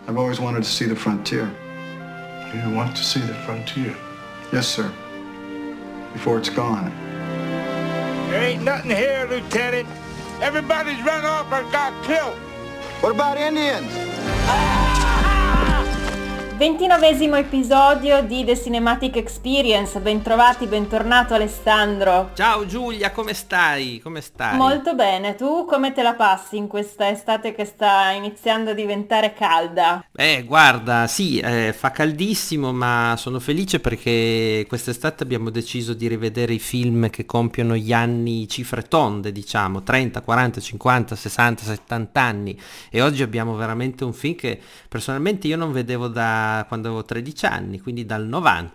I've always wanted to see the frontier. You want to see the frontier? Yes, sir. Before it's gone. There ain't nothing here, Lieutenant. Everybody's run off or got killed. What about Indians? 29esimo episodio di The Cinematic Experience. Bentrovati, bentornato Alessandro. Ciao Giulia, come stai? Come stai? Molto bene, tu come te la passi in questa estate che sta iniziando a diventare calda? Guarda, sì, fa caldissimo, ma sono felice perché quest'estate abbiamo deciso di rivedere i film che compiono gli anni cifre tonde, diciamo, 30, 40, 50, 60, 70 anni. E oggi abbiamo veramente un film che personalmente io non vedevo da quando avevo 13 anni, quindi dal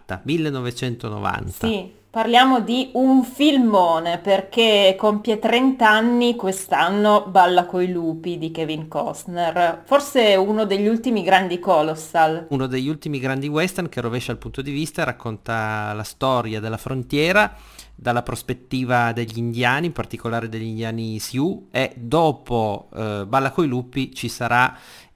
1990. Sì, parliamo di un filmone perché compie 30 anni quest'anno Balla coi lupi di Kevin Costner, forse uno degli ultimi grandi colossal. Uno degli ultimi grandi western che rovescia il punto di vista e racconta la storia della frontiera dalla prospettiva degli indiani, in particolare degli indiani Sioux, e dopo Balla coi lupi ci sarà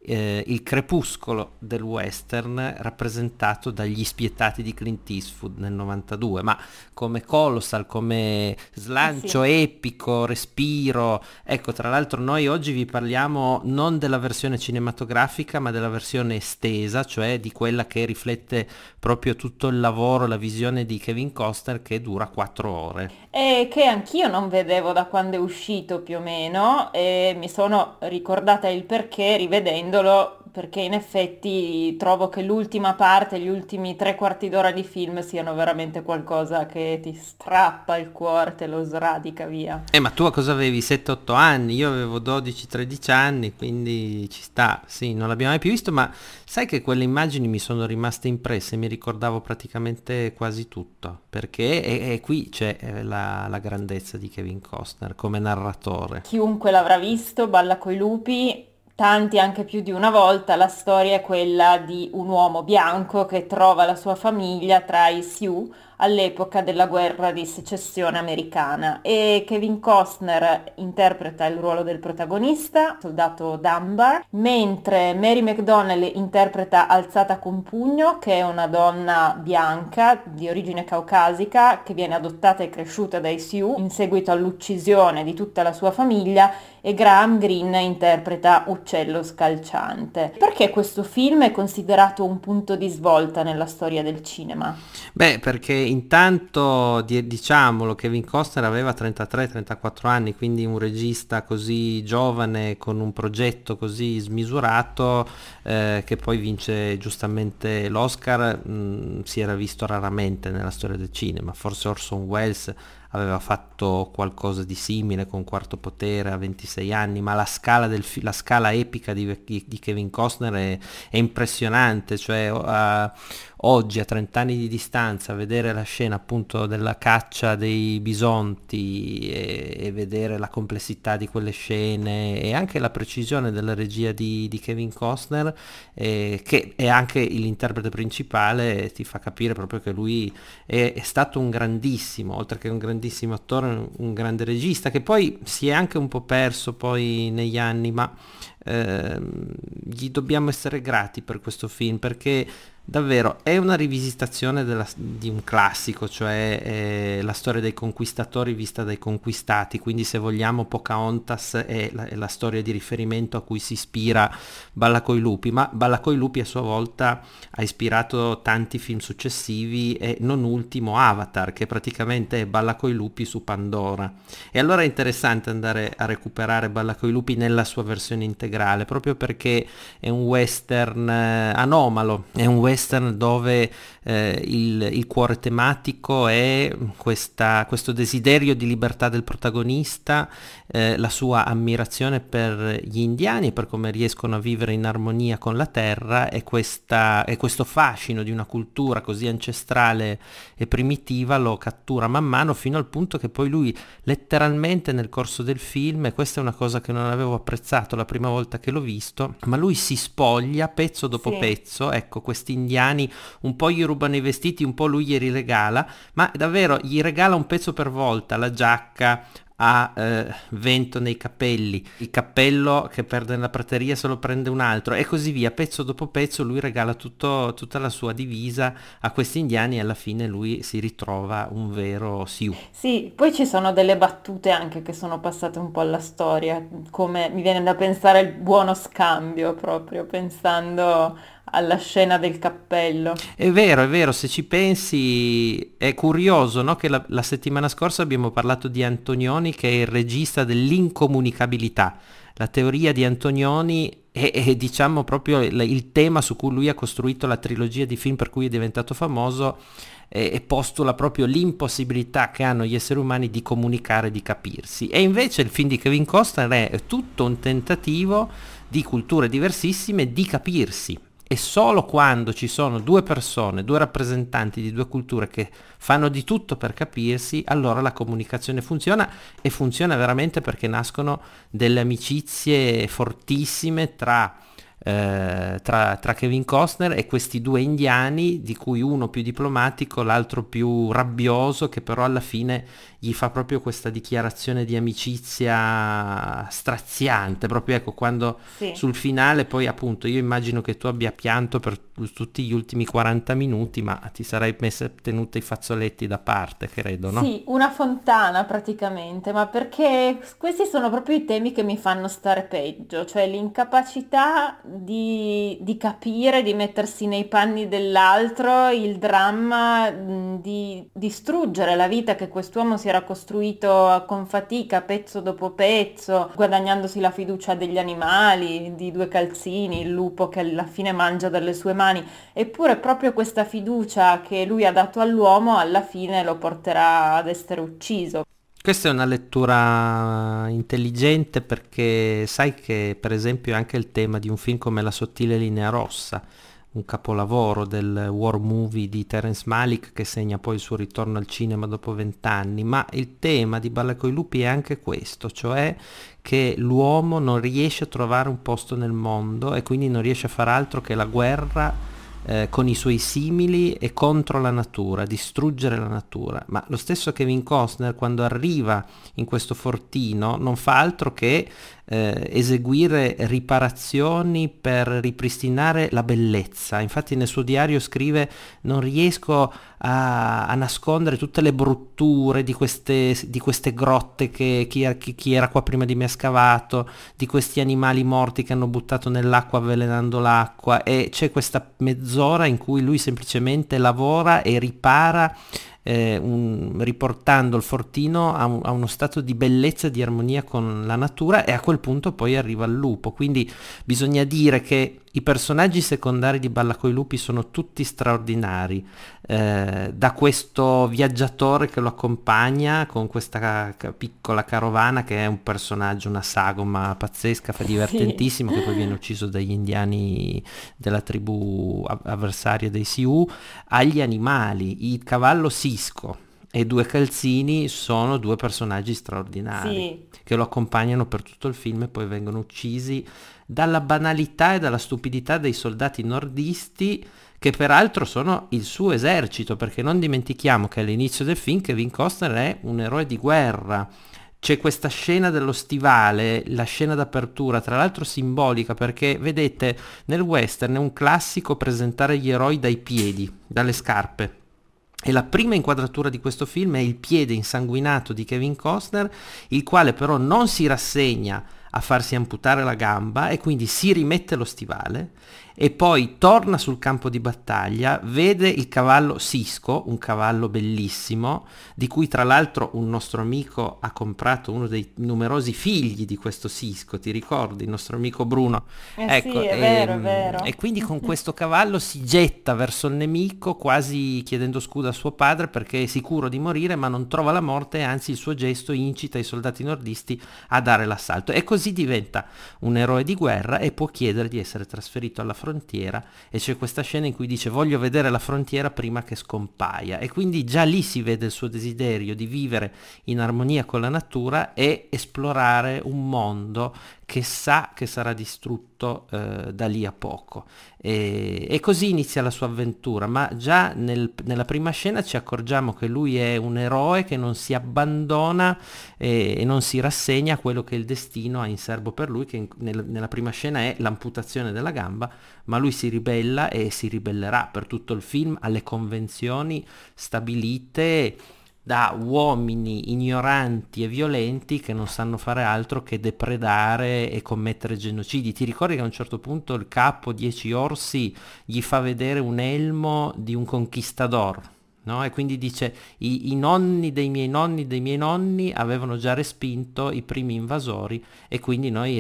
il crepuscolo del western rappresentato dagli Spietati di Clint Eastwood nel 92, ma come colossal, come slancio epico, respiro. Ecco, tra l'altro noi oggi vi parliamo non della versione cinematografica ma della versione estesa, cioè di quella che riflette proprio tutto il lavoro, la visione di Kevin Costner, che dura 4 ore. E che anch'io non vedevo da quando è uscito più o meno, e mi sono ricordata il perché rivedendolo, perché in effetti trovo che l'ultima parte, gli ultimi 3/4 d'ora di film siano veramente qualcosa che ti strappa il cuore, te lo sradica via. Ma tu a cosa avevi? 7-8 anni? Io avevo 12-13 anni, quindi ci sta. Sì, non l'abbiamo mai più visto, ma sai che quelle immagini mi sono rimaste impresse, mi ricordavo praticamente quasi tutto, perché e qui c'è la grandezza di Kevin Costner come narratore. Chiunque l'avrà visto, Balla coi lupi, tanti anche più di una volta. La storia è quella di un uomo bianco che trova la sua famiglia tra i Sioux all'epoca della guerra di secessione americana, e Kevin Costner interpreta il ruolo del protagonista, soldato Dunbar, mentre Mary McDonnell interpreta Alzata con pugno, che è una donna bianca di origine caucasica che viene adottata e cresciuta dai Sioux in seguito all'uccisione di tutta la sua famiglia, e Graham Greene interpreta Uccello scalciante. Perché questo film è considerato un punto di svolta nella storia del cinema? Beh, perché intanto, diciamolo, Kevin Costner aveva 33-34 anni, quindi un regista così giovane con un progetto così smisurato, che poi vince giustamente l'Oscar, si era visto raramente nella storia del cinema. Forse Orson Welles aveva fatto qualcosa di simile con Quarto Potere a 26 anni, ma la scala la scala epica di Kevin Costner è impressionante, cioè oggi a 30 anni di distanza vedere la scena appunto della caccia dei bisonti e vedere la complessità di quelle scene e anche la precisione della regia di Kevin Costner, che è anche l'interprete principale, ti fa capire proprio che lui è stato un grandissimo, oltre che un grandissimo attore, un grande regista, che poi si è anche un po' perso poi negli anni, ma gli dobbiamo essere grati per questo film, perché davvero è una rivisitazione di un classico, cioè la storia dei conquistatori vista dai conquistati, quindi se vogliamo Pocahontas è la storia di riferimento a cui si ispira Balla coi lupi, ma Balla coi lupi a sua volta ha ispirato tanti film successivi, e non ultimo Avatar, che praticamente è Balla coi lupi su Pandora. E allora è interessante andare a recuperare Balla coi lupi nella sua versione integrale, proprio perché è un western anomalo, è un western dove il cuore tematico è questo desiderio di libertà del protagonista, la sua ammirazione per gli indiani e per come riescono a vivere in armonia con la terra, e questo fascino di una cultura così ancestrale e primitiva lo cattura man mano, fino al punto che poi lui letteralmente nel corso del film, e questa è una cosa che non avevo apprezzato la prima volta che l'ho visto, ma lui si spoglia pezzo dopo pezzo, ecco, questi indiani un po' gli rubano i vestiti, un po' lui glieli regala, ma davvero gli regala un pezzo per volta, la giacca, ha vento nei capelli, il cappello che perde la prateria se lo prende un altro e così via. Pezzo dopo pezzo lui regala tutta la sua divisa a questi indiani e alla fine lui si ritrova un vero Sioux. Sì, poi ci sono delle battute anche che sono passate un po' alla storia, come mi viene da pensare il buono scambio, proprio pensando alla scena del cappello. È vero, se ci pensi è curioso, no? Che la settimana scorsa abbiamo parlato di Antonioni, che è il regista dell'incomunicabilità. La teoria di Antonioni è diciamo proprio il tema su cui lui ha costruito la trilogia di film per cui è diventato famoso e postula proprio l'impossibilità che hanno gli esseri umani di comunicare, di capirsi. E invece il film di Kevin Costner è tutto un tentativo di culture diversissime di capirsi. E solo quando ci sono due persone, due rappresentanti di due culture che fanno di tutto per capirsi, allora la comunicazione funziona e funziona veramente perché nascono delle amicizie fortissime tra Kevin Costner e questi due indiani, di cui uno più diplomatico, l'altro più rabbioso, che però alla fine gli fa proprio questa dichiarazione di amicizia straziante, proprio ecco quando Sì. sul finale poi appunto io immagino che tu abbia pianto per tutti gli ultimi 40 minuti, ma ti sarai tenuta i fazzoletti da parte, credo, no? Sì, una fontana praticamente, ma perché questi sono proprio i temi che mi fanno stare peggio, cioè l'incapacità di capire, di mettersi nei panni dell'altro, il dramma di distruggere la vita che quest'uomo si era costruito con fatica, pezzo dopo pezzo, guadagnandosi la fiducia degli animali, di due calzini, il lupo che alla fine mangia dalle sue mani. Eppure proprio questa fiducia che lui ha dato all'uomo alla fine lo porterà ad essere ucciso. Questa è una lettura intelligente perché sai che per esempio anche il tema di un film come La sottile linea rossa, un capolavoro del war movie di Terence Malick che segna poi il suo ritorno al cinema dopo 20 anni, ma il tema di Balla coi lupi è anche questo, cioè che l'uomo non riesce a trovare un posto nel mondo e quindi non riesce a fare altro che la guerra con i suoi simili e contro la natura, distruggere la natura. Ma lo stesso Kevin Costner quando arriva in questo fortino non fa altro che eseguire riparazioni per ripristinare la bellezza. Infatti nel suo diario scrive: non riesco a nascondere tutte le brutture di queste grotte che chi era qua prima di me ha scavato, di questi animali morti che hanno buttato nell'acqua avvelenando l'acqua, e c'è questa mezz'ora in cui lui semplicemente lavora e ripara, riportando il fortino a uno stato di bellezza e di armonia con la natura, e a quel punto poi arriva il lupo. Quindi bisogna dire che i personaggi secondari di Balla coi lupi sono tutti straordinari, da questo viaggiatore che lo accompagna con questa piccola carovana, che è un personaggio, una sagoma pazzesca, fa divertentissimo, che poi viene ucciso dagli indiani della tribù avversaria dei Sioux, agli animali. Il cavallo Sisko e due calzini sono due personaggi straordinari che lo accompagnano per tutto il film e poi vengono uccisi dalla banalità e dalla stupidità dei soldati nordisti, che peraltro sono il suo esercito, perché non dimentichiamo che all'inizio del film Kevin Costner è un eroe di guerra. C'è questa scena dello stivale, la scena d'apertura, tra l'altro simbolica, perché vedete nel western è un classico presentare gli eroi dai piedi, dalle scarpe. E la prima inquadratura di questo film è il piede insanguinato di Kevin Costner, il quale però non si rassegna a farsi amputare la gamba e quindi si rimette lo stivale e poi torna sul campo di battaglia, vede il cavallo Sisko, un cavallo bellissimo, di cui tra l'altro un nostro amico ha comprato uno dei numerosi figli di questo Sisko, ti ricordi? Il nostro amico Bruno. Ecco, Sì, è vero, è vero. E quindi con questo cavallo si getta verso il nemico, quasi chiedendo scusa a suo padre perché è sicuro di morire, ma non trova la morte, e anzi il suo gesto incita i soldati nordisti a dare l'assalto. E così diventa un eroe di guerra e può chiedere di essere trasferito alla frontiera, e c'è questa scena in cui dice: voglio vedere la frontiera prima che scompaia, e quindi già lì si vede il suo desiderio di vivere in armonia con la natura e esplorare un mondo che sa che sarà distrutto da lì a poco. E così inizia la sua avventura, ma già nella prima scena ci accorgiamo che lui è un eroe che non si abbandona e non si rassegna a quello che il destino ha in serbo per lui, che nella prima scena è l'amputazione della gamba, ma lui si ribella e si ribellerà per tutto il film alle convenzioni stabilite da uomini ignoranti e violenti che non sanno fare altro che depredare e commettere genocidi. Ti ricordi che a un certo punto il capo 10 orsi gli fa vedere un elmo di un conquistador, no? E quindi dice i nonni dei miei nonni dei miei nonni avevano già respinto i primi invasori, e quindi noi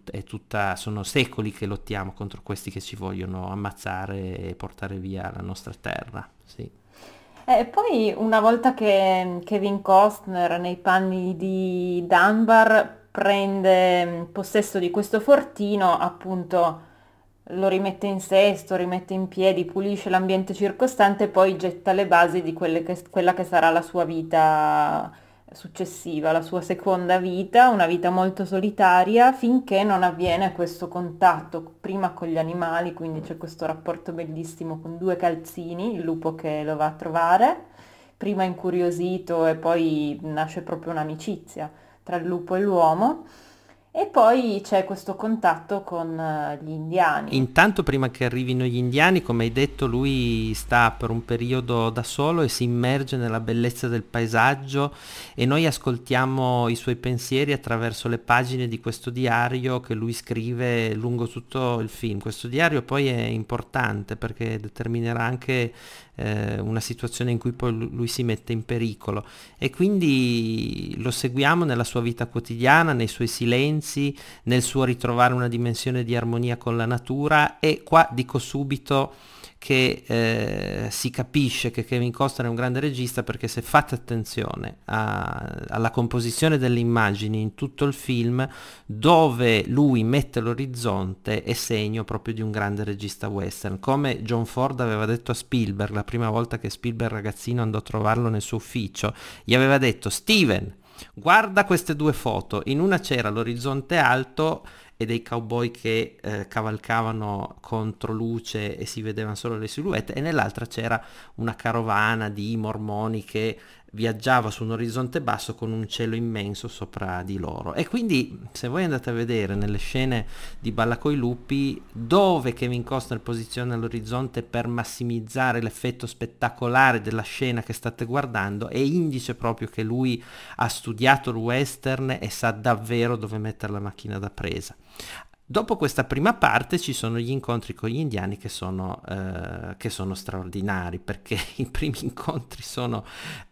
sono secoli che lottiamo contro questi che ci vogliono ammazzare e portare via la nostra terra. Sì. E poi una volta che Kevin Costner nei panni di Dunbar prende possesso di questo fortino, appunto lo rimette in sesto, rimette in piedi, pulisce l'ambiente circostante e poi getta le basi di quella che sarà la sua vita successiva, la sua seconda vita, una vita molto solitaria, finché non avviene questo contatto prima con gli animali, quindi c'è questo rapporto bellissimo con due calzini, il lupo che lo va a trovare, prima incuriosito e poi nasce proprio un'amicizia tra il lupo e l'uomo. E poi c'è questo contatto con gli indiani. Intanto, prima che arrivino gli indiani, come hai detto, lui sta per un periodo da solo e si immerge nella bellezza del paesaggio, e noi ascoltiamo i suoi pensieri attraverso le pagine di questo diario che lui scrive lungo tutto il film. Questo diario poi è importante perché determinerà anche una situazione in cui poi lui si mette in pericolo, e quindi lo seguiamo nella sua vita quotidiana, nei suoi silenzi, nel suo ritrovare una dimensione di armonia con la natura. E qua dico subito che si capisce che Kevin Costner è un grande regista, perché se fate attenzione alla composizione delle immagini in tutto il film, dove lui mette l'orizzonte è segno proprio di un grande regista western, come John Ford aveva detto a Spielberg la prima volta che Spielberg ragazzino andò a trovarlo nel suo ufficio. Gli aveva detto: Steven, guarda queste due foto, in una c'era l'orizzonte alto e dei cowboy che cavalcavano contro luce e si vedevano solo le silhouette, e nell'altra c'era una carovana di mormoni che viaggiava su un orizzonte basso con un cielo immenso sopra di loro. E quindi, se voi andate a vedere nelle scene di Balla coi lupi, dove Kevin Costner posiziona l'orizzonte per massimizzare l'effetto spettacolare della scena che state guardando, è indice proprio che lui ha studiato il western e sa davvero dove mettere la macchina da presa. Dopo questa prima parte ci sono gli incontri con gli indiani che sono straordinari, perché i primi incontri sono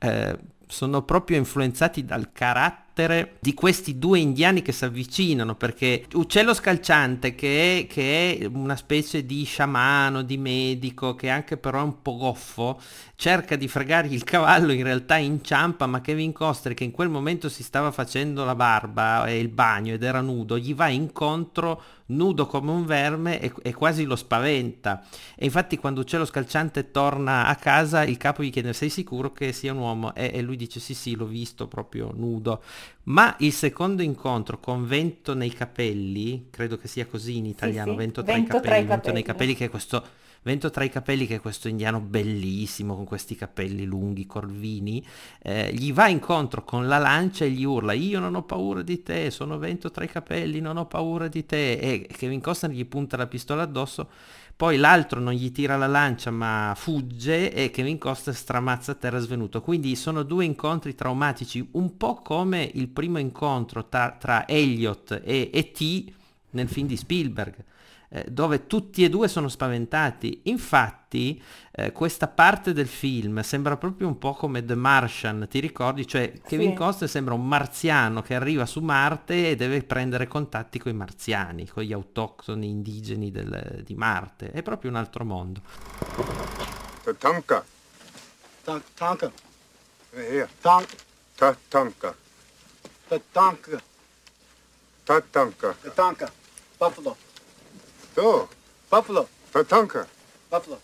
proprio influenzati dal carattere di questi due indiani che si avvicinano, perché Uccello Scalciante, che è una specie di sciamano, di medico, che anche però è un po' goffo, cerca di fregargli il cavallo, in realtà inciampa, ma Kevin Costner, che in quel momento si stava facendo la barba e il bagno ed era nudo, gli va incontro nudo come un verme e quasi lo spaventa. E infatti quando Uccello Scalciante torna a casa, il capo gli chiede: sei sicuro che sia un uomo? E lui dice sì, l'ho visto proprio nudo. Ma il secondo incontro con Vento nei capelli, credo che sia così in italiano, Sì, Vento Vento Vento nei capelli, che è questo Vento tra i capelli, che è questo indiano bellissimo con questi capelli lunghi, corvini, gli va incontro con la lancia e gli urla: io non ho paura di te, sono Vento tra i capelli, non ho paura di te. E Kevin Costner gli punta la pistola addosso, poi l'altro non gli tira la lancia ma fugge e Kevin Costner stramazza a terra svenuto. Quindi sono due incontri traumatici, un po' come il primo incontro tra Elliot e E.T. nel film di Spielberg, dove tutti e due sono spaventati. Infatti questa parte del film sembra proprio un po' come The Martian, ti ricordi? Cioè Kevin Costner sembra un marziano che arriva su Marte e deve prendere contatti con i marziani, con gli autoctoni indigeni di Marte. È proprio un altro mondo. Tatanka. Tonka. Here. Tatanka. Tatanka. Tatanka. Tatanka. Buffalo. So. Buffalo. Tatanka. Buffalo.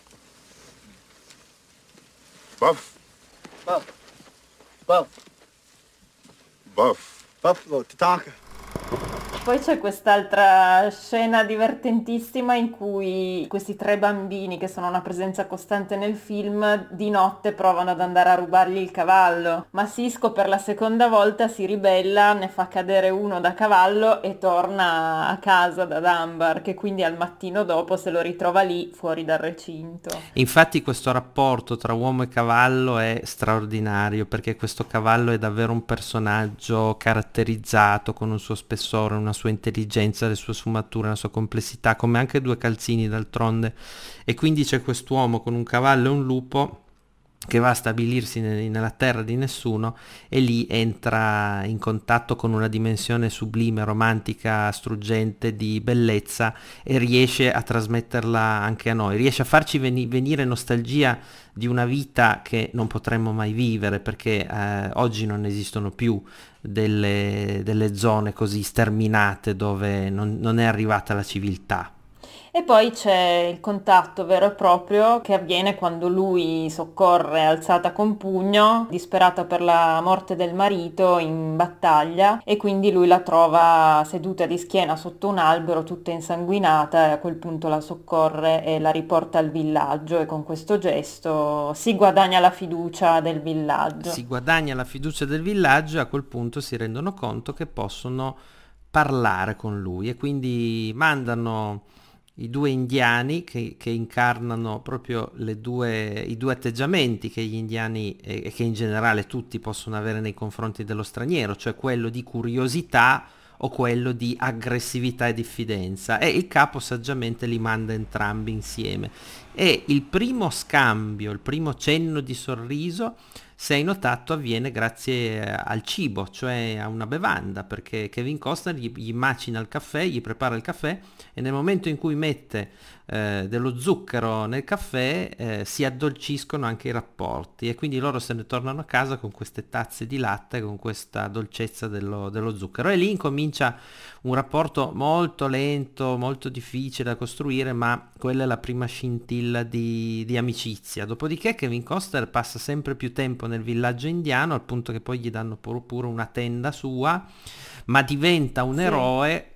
Buff. Buff. Buff. Buff. Buffalo. Tatanka. Poi c'è quest'altra scena divertentissima in cui questi tre bambini, che sono una presenza costante nel film, di notte provano ad andare a rubargli il cavallo, ma Sisko per la seconda volta si ribella, ne fa cadere uno da cavallo e torna a casa da Dunbar, che quindi al mattino dopo se lo ritrova lì fuori dal recinto. Infatti questo rapporto tra uomo e cavallo è straordinario, perché questo cavallo è davvero un personaggio caratterizzato con un suo spessore, una sua intelligenza, le sue sfumature, la sua complessità, come anche due calzini d'altronde. E quindi c'è quest'uomo con un cavallo e un lupo che va a stabilirsi nella terra di nessuno, e lì entra in contatto con una dimensione sublime, romantica, struggente, di bellezza, e riesce a trasmetterla anche a noi, riesce a farci venire nostalgia di una vita che non potremmo mai vivere, perché oggi non esistono più delle zone così sterminate dove non è arrivata la civiltà. E poi c'è il contatto vero e proprio che avviene quando lui soccorre Alzata con Pugno, disperata per la morte del marito in battaglia, e quindi lui la trova seduta di schiena sotto un albero tutta insanguinata, e a quel punto la soccorre e la riporta al villaggio, e con questo gesto si guadagna la fiducia del villaggio. Si guadagna la fiducia del villaggio, e a quel punto si rendono conto che possono parlare con lui, e quindi mandano i due indiani che incarnano proprio i due atteggiamenti che gli indiani e che in generale tutti possono avere nei confronti dello straniero, cioè quello di curiosità o quello di aggressività e diffidenza, e il capo saggiamente li manda entrambi insieme. E il primo scambio, il primo cenno di sorriso, se hai notato, avviene grazie al cibo, cioè a una bevanda, perché Kevin Costner gli macina il caffè, gli prepara il caffè, e nel momento in cui mette dello zucchero nel caffè si addolciscono anche i rapporti, e quindi loro se ne tornano a casa con queste tazze di latte, con questa dolcezza dello zucchero, e lì incomincia un rapporto molto lento, molto difficile da costruire, ma quella è la prima scintilla di amicizia. Dopodiché Kevin Costner passa sempre più tempo nel villaggio indiano, al punto che poi gli danno pure una tenda sua, ma diventa un eroe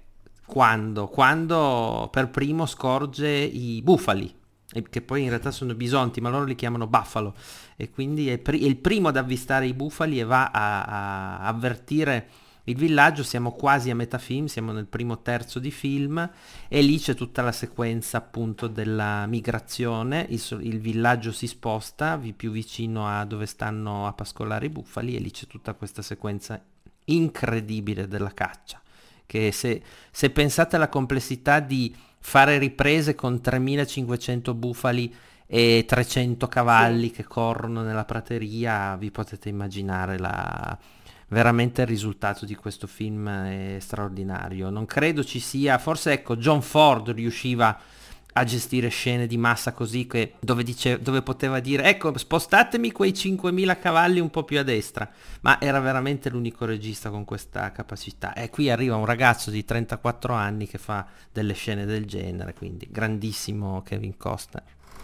quando per primo scorge i bufali, che poi in realtà sono bisonti, ma loro li chiamano buffalo, e quindi è il primo ad avvistare i bufali e va a avvertire il villaggio. Siamo quasi a metà film, siamo nel primo terzo di film, e lì c'è tutta la sequenza appunto della migrazione. Il villaggio si sposta più vicino a dove stanno a pascolare i bufali, e lì c'è tutta questa sequenza incredibile della caccia, che se pensate alla complessità di fare riprese con 3500 bufali e 300 cavalli che corrono nella prateria, vi potete immaginare veramente il risultato di questo film è straordinario. Non credo ci sia, forse ecco, John Ford riusciva a gestire scene di massa così, dove poteva dire ecco, spostatemi quei 5000 cavalli un po' più a destra, ma era veramente l'unico regista con questa capacità. E qui arriva un ragazzo di 34 anni che fa delle scene del genere, quindi grandissimo Kevin Costner.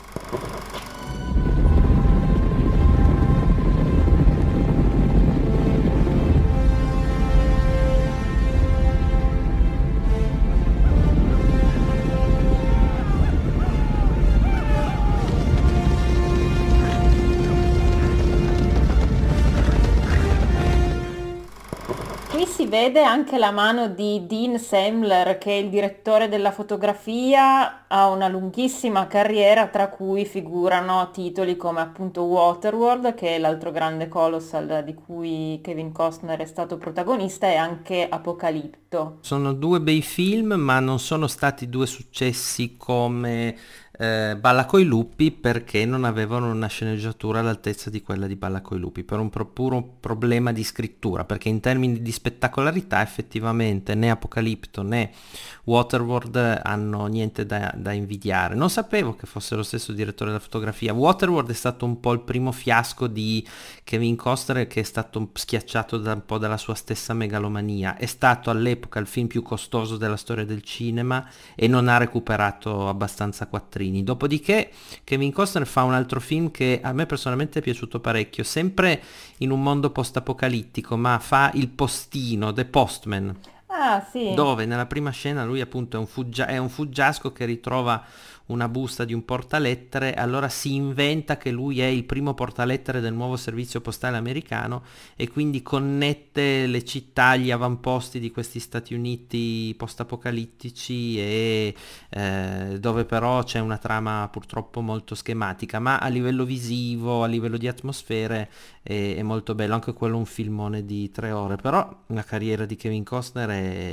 Si vede anche la mano di Dean Semler, che è il direttore della fotografia, ha una lunghissima carriera, tra cui figurano titoli come appunto Waterworld, che è l'altro grande colossal di cui Kevin Costner è stato protagonista, e anche Apocalipto. Sono due bei film, ma non sono stati due successi come Balla coi lupi, perché non avevano una sceneggiatura all'altezza di quella di Balla coi lupi, per un puro problema di scrittura, perché in termini di spettacolarità effettivamente né Apocalipto né Waterworld hanno niente da invidiare. Non sapevo che fosse lo stesso direttore della fotografia. Waterworld è stato un po' il primo fiasco di Kevin Costner, che è stato schiacciato da un po' dalla sua stessa megalomania. È stato all'epoca il film più costoso della storia del cinema e non ha recuperato abbastanza quattrini. Dopodiché Kevin Costner fa un altro film che a me personalmente è piaciuto parecchio, sempre in un mondo post-apocalittico, ma fa Il postino, The Postman. Ah, sì. dove nella prima scena lui appunto è un fuggiasco che ritrova una busta di un portalettere, allora si inventa che lui è il primo portalettere del nuovo servizio postale americano e quindi connette le città, gli avamposti di questi Stati Uniti post-apocalittici e dove però c'è una trama purtroppo molto schematica, ma a livello visivo, a livello di atmosfere è molto bello, anche quello un filmone di 3 ore, però la carriera di Kevin Costner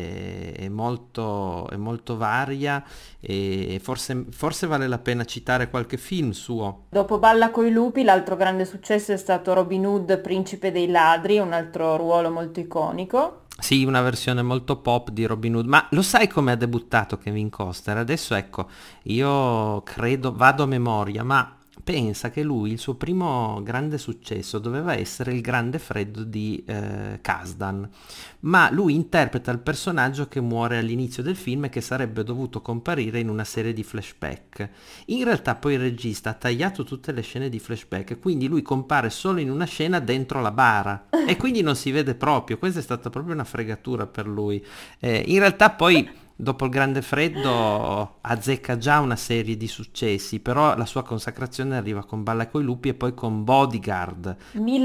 è molto varia e forse vale la pena citare qualche film suo. Dopo Balla coi lupi, l'altro grande successo è stato Robin Hood, Principe dei ladri, un altro ruolo molto iconico. Sì, una versione molto pop di Robin Hood, ma lo sai come ha debuttato Kevin Costner? Adesso ecco, io credo, vado a memoria, ma pensa che lui, il suo primo grande successo doveva essere il Grande Freddo di Kasdan, ma lui interpreta il personaggio che muore all'inizio del film e che sarebbe dovuto comparire in una serie di flashback. In realtà poi il regista ha tagliato tutte le scene di flashback, quindi lui compare solo in una scena dentro la bara e quindi non si vede proprio. Questa è stata proprio una fregatura per lui. In realtà poi dopo il Grande Freddo azzecca già una serie di successi, però la sua consacrazione arriva con Balla coi lupi e poi con Bodyguard.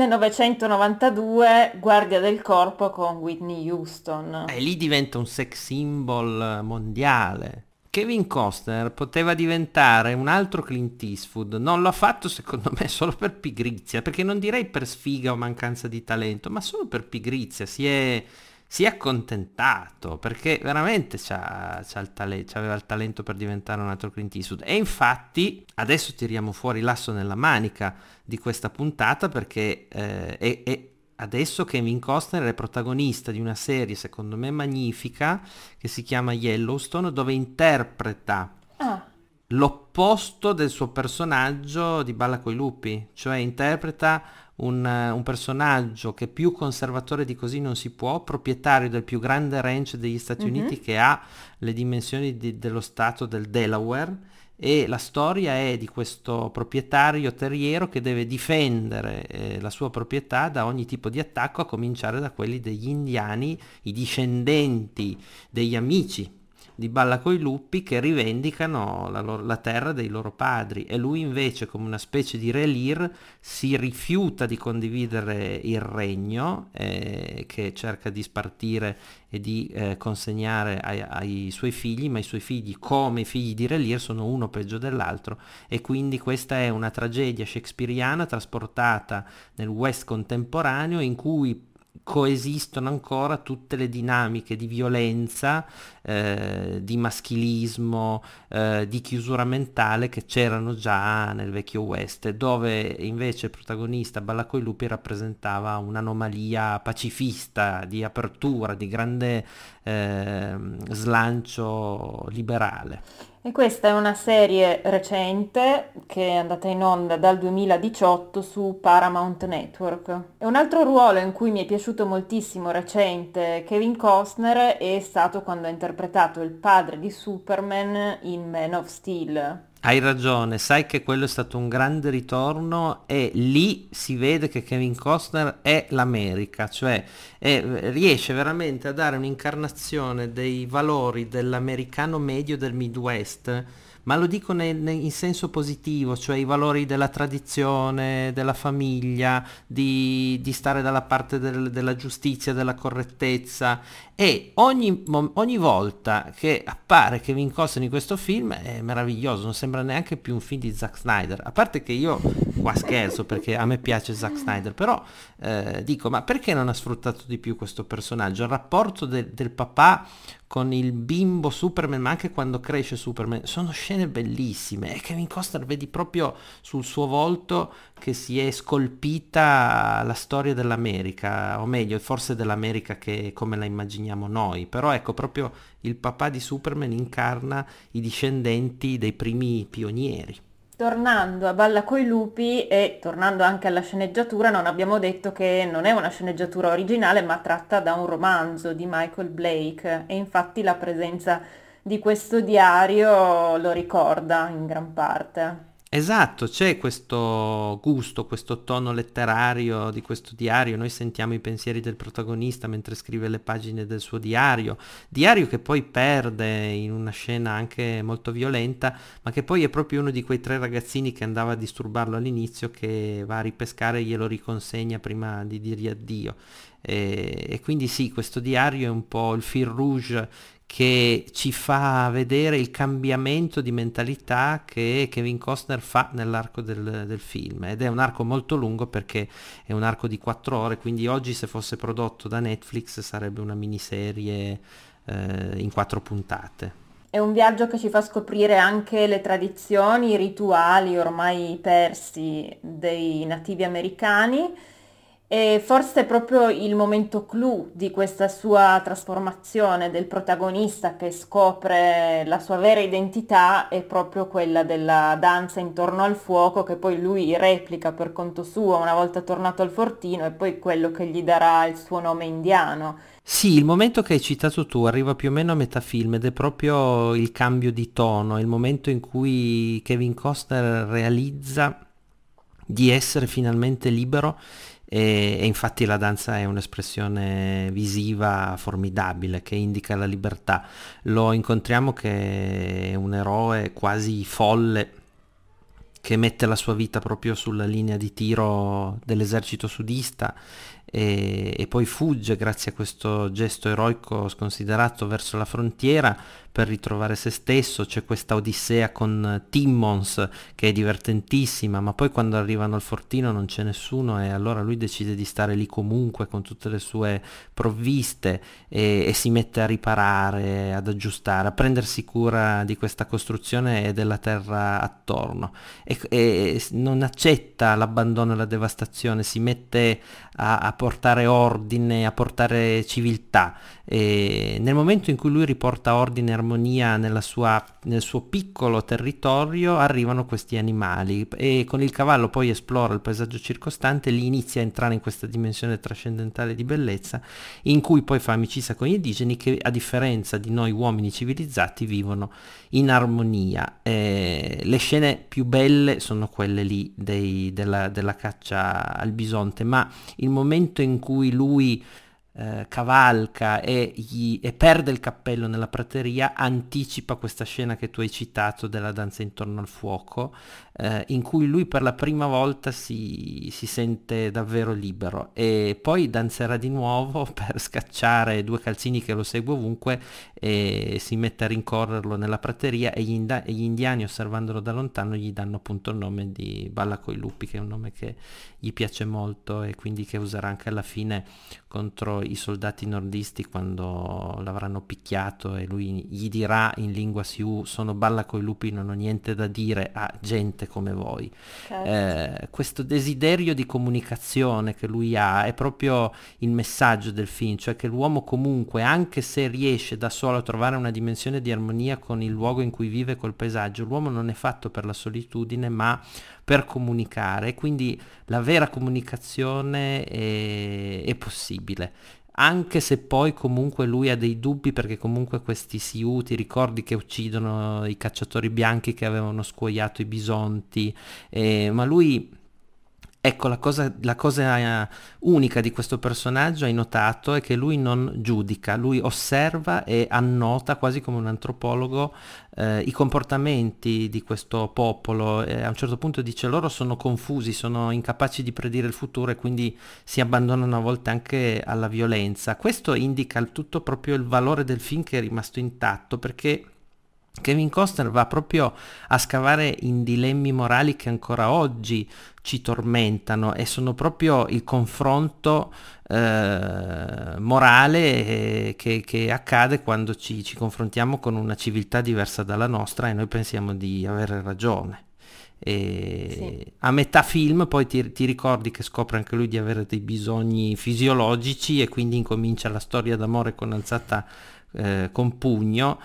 1992, Guardia del corpo con Whitney Houston. E lì diventa un sex symbol mondiale. Kevin Costner poteva diventare un altro Clint Eastwood, non l'ha fatto secondo me solo per pigrizia, perché non direi per sfiga o mancanza di talento, ma solo per pigrizia, si è accontentato perché veramente c'aveva il talento per diventare un altro Clint Eastwood e infatti adesso tiriamo fuori l'asso nella manica di questa puntata perché è adesso Kevin Costner è protagonista di una serie secondo me magnifica che si chiama Yellowstone, dove interpreta Ah, l'opposto del suo personaggio di Balla coi lupi, cioè interpreta un personaggio che più conservatore di così non si può, proprietario del più grande ranch degli Stati Uniti che ha le dimensioni dello stato del Delaware, e la storia è di questo proprietario terriero che deve difendere la sua proprietà da ogni tipo di attacco, a cominciare da quelli degli indiani, i discendenti degli amici di Balla coi lupi, che rivendicano la terra dei loro padri, e lui invece, come una specie di Re Lear, si rifiuta di condividere il regno che cerca di spartire e di consegnare ai suoi figli, ma i suoi figli, come i figli di Re Lear, sono uno peggio dell'altro, e quindi questa è una tragedia shakespeariana trasportata nel West contemporaneo, in cui coesistono ancora tutte le dinamiche di violenza, di maschilismo, di chiusura mentale che c'erano già nel vecchio West, dove invece il protagonista Balla coi lupi rappresentava un'anomalia pacifista, di apertura, di grande slancio liberale. e questa è una serie recente che è andata in onda dal 2018 su Paramount Network. E un altro ruolo in cui mi è piaciuto moltissimo recente Kevin Costner è stato quando ha interpretato il padre di Superman in Man of Steel. Hai ragione, sai che quello è stato un grande ritorno e lì si vede che Kevin Costner è l'America, cioè riesce veramente a dare un'incarnazione dei valori dell'americano medio del Midwest, ma lo dico in senso positivo, cioè i valori della tradizione, della famiglia, di stare dalla parte della giustizia, della correttezza, e ogni volta che appare Kevin Costner in questo film è meraviglioso, non sembra neanche più un film di Zack Snyder, a parte che io qua scherzo perché a me piace Zack Snyder, però dico, ma perché non ha sfruttato di più questo personaggio? Il rapporto del papà con il bimbo Superman, ma anche quando cresce Superman, sono scene bellissime, e Kevin Costner vedi proprio sul suo volto che si è scolpita la storia dell'America, o meglio forse dell'America che come la immaginiamo noi, però ecco, proprio il papà di Superman incarna i discendenti dei primi pionieri. Tornando a Balla coi lupi e tornando anche alla sceneggiatura, non abbiamo detto che non è una sceneggiatura originale ma tratta da un romanzo di Michael Blake, e infatti la presenza di questo diario lo ricorda in gran parte. Esatto, c'è questo gusto, questo tono letterario di questo diario. Noi sentiamo i pensieri del protagonista mentre scrive le pagine del suo diario che poi perde in una scena anche molto violenta, ma che poi è proprio uno di quei tre ragazzini che andava a disturbarlo all'inizio, che va a ripescare e glielo riconsegna prima di dirgli addio. E quindi sì, questo diario è un po' il fil rouge che ci fa vedere il cambiamento di mentalità che Kevin Costner fa nell'arco del film, ed è un arco molto lungo perché è un arco di 4 ore, quindi oggi se fosse prodotto da Netflix sarebbe una miniserie in 4 puntate. È un viaggio che ci fa scoprire anche le tradizioni, i rituali ormai persi dei nativi americani e forse è proprio il momento clou di questa sua trasformazione del protagonista che scopre la sua vera identità è proprio quella della danza intorno al fuoco che poi lui replica per conto suo una volta tornato al fortino e poi quello che gli darà il suo nome indiano. Sì, il momento che hai citato tu arriva più o meno a metà film ed è proprio il cambio di tono, è il momento in cui Kevin Costner realizza di essere finalmente libero e infatti la danza è un'espressione visiva formidabile che indica la libertà. Lo incontriamo che è un eroe quasi folle che mette la sua vita proprio sulla linea di tiro dell'esercito sudista e poi fugge grazie a questo gesto eroico sconsiderato verso la frontiera per ritrovare se stesso. C'è questa odissea con Timmons che è divertentissima, ma poi quando arrivano al fortino non c'è nessuno e allora lui decide di stare lì comunque con tutte le sue provviste e si mette a riparare, ad aggiustare, a prendersi cura di questa costruzione e della terra attorno e non accetta l'abbandono e la devastazione, si mette a portare ordine, a portare civiltà. E nel momento in cui lui riporta ordine e armonia nel suo piccolo territorio arrivano questi animali e con il cavallo poi esplora il paesaggio circostante, lì inizia a entrare in questa dimensione trascendentale di bellezza in cui poi fa amicizia con gli indigeni che a differenza di noi uomini civilizzati vivono in armonia. Le scene più belle sono quelle lì della caccia al bisonte, ma il momento in cui lui cavalca e perde il cappello nella prateria anticipa questa scena che tu hai citato della danza intorno al fuoco, in cui lui per la prima volta si sente davvero libero e poi danzerà di nuovo per scacciare due calzini che lo segue ovunque e si mette a rincorrerlo nella prateria e gli indiani osservandolo da lontano gli danno appunto il nome di Balla coi lupi, che è un nome che gli piace molto e quindi che userà anche alla fine contro i soldati nordisti quando l'avranno picchiato e lui gli dirà in lingua Sioux: sono Balla coi lupi, non ho niente da dire a gente come voi. Questo desiderio di comunicazione che lui ha è proprio il messaggio del film, cioè che l'uomo comunque, anche se riesce da solo a trovare una dimensione di armonia con il luogo in cui vive, col paesaggio, l'uomo non è fatto per la solitudine ma per comunicare, quindi la vera comunicazione è possibile, anche se poi comunque lui ha dei dubbi perché comunque questi Sioux, ti ricordi che uccidono i cacciatori bianchi che avevano scuoiato i bisonti, ma lui... Ecco, la cosa unica di questo personaggio, hai notato, è che lui non giudica, lui osserva e annota quasi come un antropologo i comportamenti di questo popolo. A un certo punto dice: loro sono confusi, sono incapaci di predire il futuro e quindi si abbandonano a volte anche alla violenza. Questo indica il tutto proprio il valore del film, che è rimasto intatto, perché Kevin Costner va proprio a scavare in dilemmi morali che ancora oggi ci tormentano e sono proprio il confronto morale che accade quando ci confrontiamo con una civiltà diversa dalla nostra e noi pensiamo di avere ragione. Sì. A metà film poi ti ricordi che scopre anche lui di avere dei bisogni fisiologici e quindi incomincia la storia d'amore con Alzata con pugno,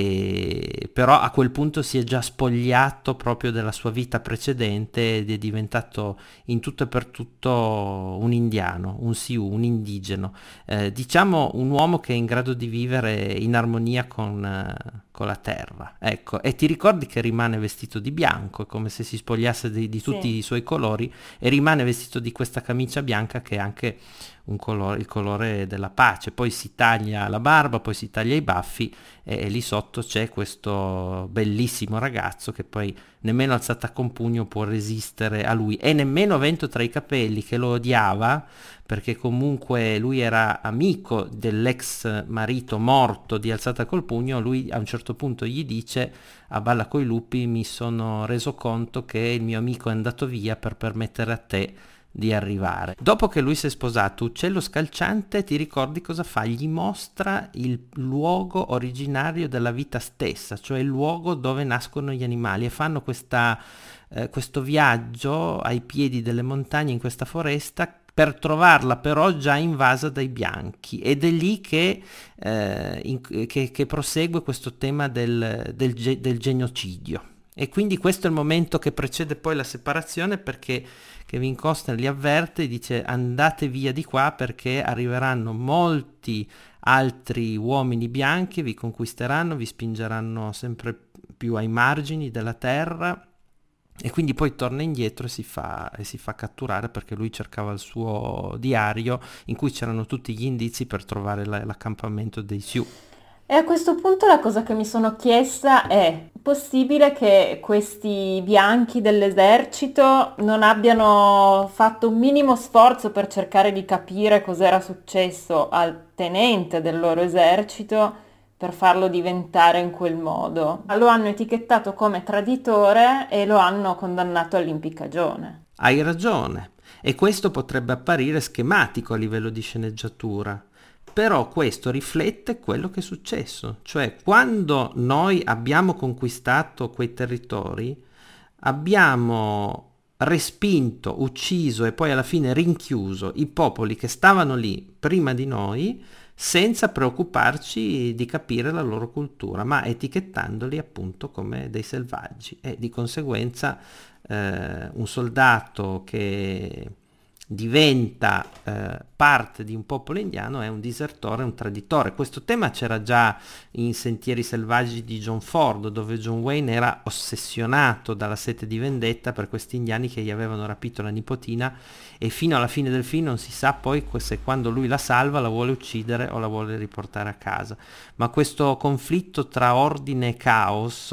però a quel punto si è già spogliato proprio della sua vita precedente ed è diventato in tutto e per tutto un indiano, un Sioux, un indigeno, diciamo un uomo che è in grado di vivere in armonia con la terra, ecco. E ti ricordi che rimane vestito di bianco, è come se si spogliasse di tutti i suoi colori e rimane vestito di questa camicia bianca che è anche il colore della pace. Poi si taglia la barba, poi si taglia i baffi e lì sotto c'è questo bellissimo ragazzo che poi nemmeno alzata con pugno può resistere a lui, e nemmeno vento tra i capelli, che lo odiava perché comunque lui era amico dell'ex marito morto di alzata col pugno. Lui a un certo punto gli dice: a Balla coi lupi mi sono reso conto che il mio amico è andato via per permettere a te di arrivare. Dopo che lui si è sposato, Uccello Scalciante, ti ricordi cosa fa? Gli mostra il luogo originario della vita stessa, cioè il luogo dove nascono gli animali, e fanno questo viaggio ai piedi delle montagne in questa foresta per trovarla però già invasa dai bianchi, ed è lì che prosegue questo tema del genocidio. E quindi questo è il momento che precede poi la separazione, perché Kevin Costner li avverte e dice: andate via di qua perché arriveranno molti altri uomini bianchi, vi conquisteranno, vi spingeranno sempre più ai margini della terra. E quindi poi torna indietro e si fa catturare, perché lui cercava il suo diario in cui c'erano tutti gli indizi per trovare l'accampamento dei Sioux. E a questo punto la cosa che mi sono chiesta è: possibile che questi bianchi dell'esercito non abbiano fatto un minimo sforzo per cercare di capire cos'era successo al tenente del loro esercito per farlo diventare in quel modo? Lo hanno etichettato come traditore e lo hanno condannato all'impiccagione. Hai ragione, e questo potrebbe apparire schematico a livello di sceneggiatura. Però questo riflette quello che è successo, cioè quando noi abbiamo conquistato quei territori, abbiamo respinto, ucciso e poi alla fine rinchiuso i popoli che stavano lì prima di noi, senza preoccuparci di capire la loro cultura, ma etichettandoli appunto come dei selvaggi. E di conseguenza un soldato che diventa parte di un popolo indiano è un disertore, un traditore. Questo tema c'era già in Sentieri selvaggi di John Ford, dove John Wayne era ossessionato dalla sete di vendetta per questi indiani che gli avevano rapito la nipotina, e fino alla fine del film non si sa poi se quando lui la salva la vuole uccidere o la vuole riportare a casa. Ma questo conflitto tra ordine e caos,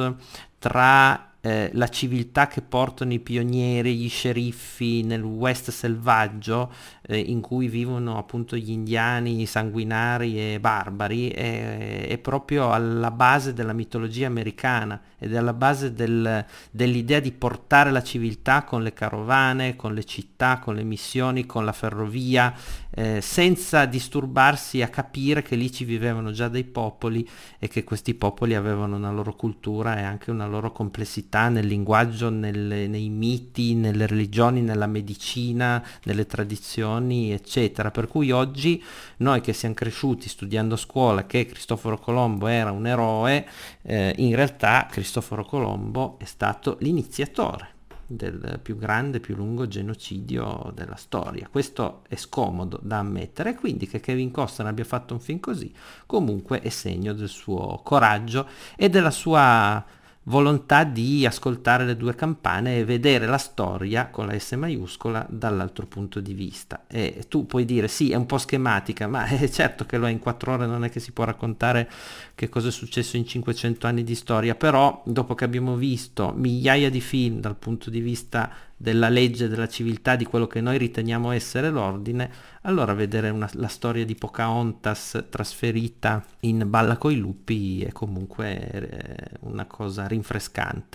tra la civiltà che portano i pionieri, gli sceriffi nel West selvaggio, in cui vivono appunto gli indiani sanguinari e barbari, è proprio alla base della mitologia americana ed è alla base dell'idea di portare la civiltà con le carovane, con le città, con le missioni, con la ferrovia, senza disturbarsi a capire che lì ci vivevano già dei popoli e che questi popoli avevano una loro cultura e anche una loro complessità nel linguaggio, nei miti, nelle religioni, nella medicina, nelle tradizioni, eccetera. Per cui oggi noi che siamo cresciuti studiando a scuola che Cristoforo Colombo era un eroe, in realtà Cristoforo Colombo è stato l'iniziatore del più grande, più lungo genocidio della storia. Questo è scomodo da ammettere, quindi che Kevin Costner abbia fatto un film così comunque è segno del suo coraggio e della sua volontà di ascoltare le due campane e vedere la storia con la S maiuscola dall'altro punto di vista. E tu puoi dire sì, è un po' schematica, ma è certo che lo è, in 4 ore non è che si può raccontare che cosa è successo in 500 anni di storia. Però dopo che abbiamo visto migliaia di film dal punto di vista della legge, della civiltà, di quello che noi riteniamo essere l'ordine, allora vedere la storia di Pocahontas trasferita in Balla coi lupi è comunque una cosa rinfrescante.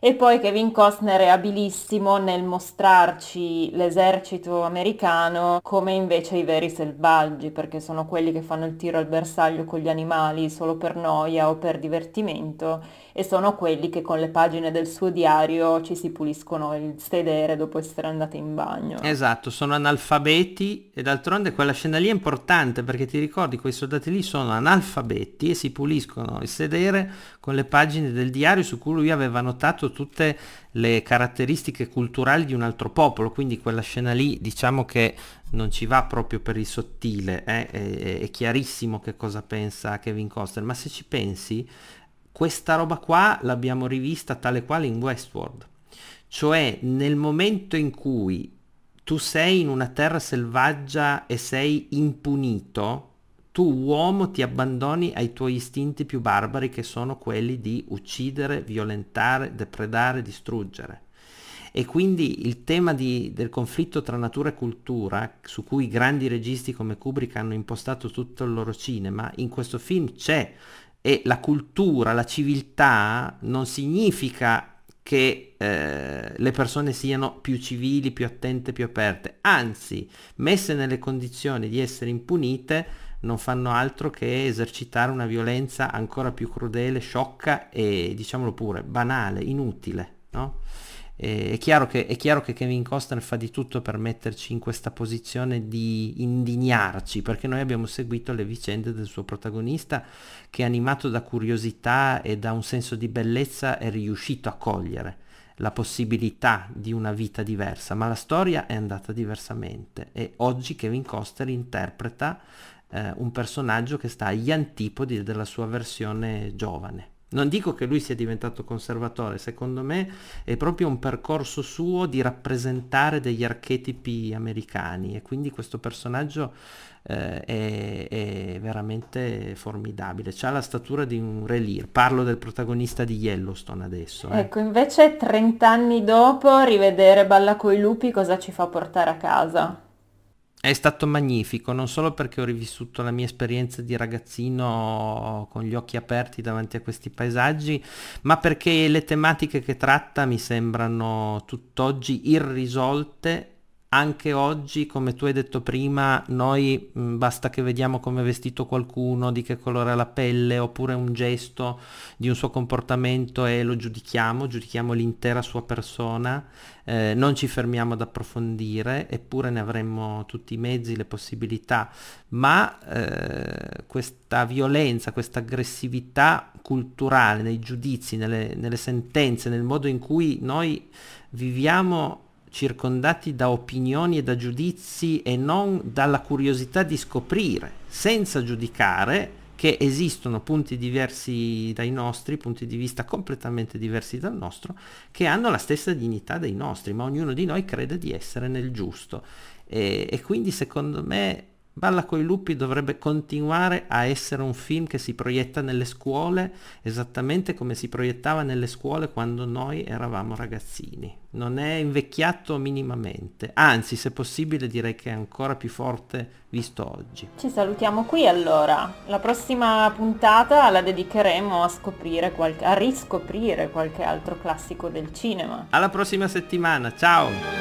E poi Kevin Costner è abilissimo nel mostrarci l'esercito americano come invece i veri selvaggi, perché sono quelli che fanno il tiro al bersaglio con gli animali solo per noia o per divertimento, e sono quelli che con le pagine del suo diario ci si puliscono il sedere dopo essere andati in bagno. Esatto, sono analfabeti e d'altronde quella scena lì è importante perché ti ricordi quei soldati lì sono analfabeti e si puliscono il sedere con le pagine del diario su cui lui aveva notato tutte le caratteristiche culturali di un altro popolo, quindi quella scena lì diciamo che non ci va proprio per il sottile, è chiarissimo che cosa pensa Kevin Costner, ma se ci pensi questa roba qua l'abbiamo rivista tale quale in Westworld, cioè nel momento in cui tu sei in una terra selvaggia e sei impunito, tu uomo ti abbandoni ai tuoi istinti più barbari che sono quelli di uccidere, violentare, depredare, distruggere. E quindi il tema del conflitto tra natura e cultura, su cui grandi registi come Kubrick hanno impostato tutto il loro cinema, in questo film c'è. E la cultura, la civiltà non significa che le persone siano più civili, più attente, più aperte, anzi, messe nelle condizioni di essere impunite, non fanno altro che esercitare una violenza ancora più crudele, sciocca e, diciamolo pure, banale, inutile, no? È chiaro che Kevin Costner fa di tutto per metterci in questa posizione di indignarci, perché noi abbiamo seguito le vicende del suo protagonista che, animato da curiosità e da un senso di bellezza, è riuscito a cogliere la possibilità di una vita diversa, ma la storia è andata diversamente e oggi Kevin Costner interpreta un personaggio che sta agli antipodi della sua versione giovane. Non dico che lui sia diventato conservatore, secondo me è proprio un percorso suo di rappresentare degli archetipi americani e quindi questo personaggio è veramente formidabile, c'ha la statura di un Re Lear, parlo del protagonista di Yellowstone adesso. Ecco, invece 30 anni dopo rivedere Balla coi lupi cosa ci fa portare a casa? È stato magnifico, non solo perché ho rivissuto la mia esperienza di ragazzino con gli occhi aperti davanti a questi paesaggi, ma perché le tematiche che tratta mi sembrano tutt'oggi irrisolte. Anche oggi, come tu hai detto prima, noi basta che vediamo come è vestito qualcuno, di che colore ha la pelle, oppure un gesto di un suo comportamento e lo giudichiamo l'intera sua persona, non ci fermiamo ad approfondire, eppure ne avremmo tutti i mezzi, le possibilità, ma questa violenza, questa aggressività culturale nei giudizi, nelle sentenze, nel modo in cui noi viviamo circondati da opinioni e da giudizi e non dalla curiosità di scoprire, senza giudicare, che esistono punti diversi dai nostri, punti di vista completamente diversi dal nostro, che hanno la stessa dignità dei nostri, ma ognuno di noi crede di essere nel giusto. E quindi secondo me Balla coi lupi dovrebbe continuare a essere un film che si proietta nelle scuole esattamente come si proiettava nelle scuole quando noi eravamo ragazzini. Non è invecchiato minimamente, anzi, se possibile direi che è ancora più forte visto oggi. Ci salutiamo qui allora. La prossima puntata la dedicheremo a riscoprire qualche altro classico del cinema. Alla prossima settimana, ciao!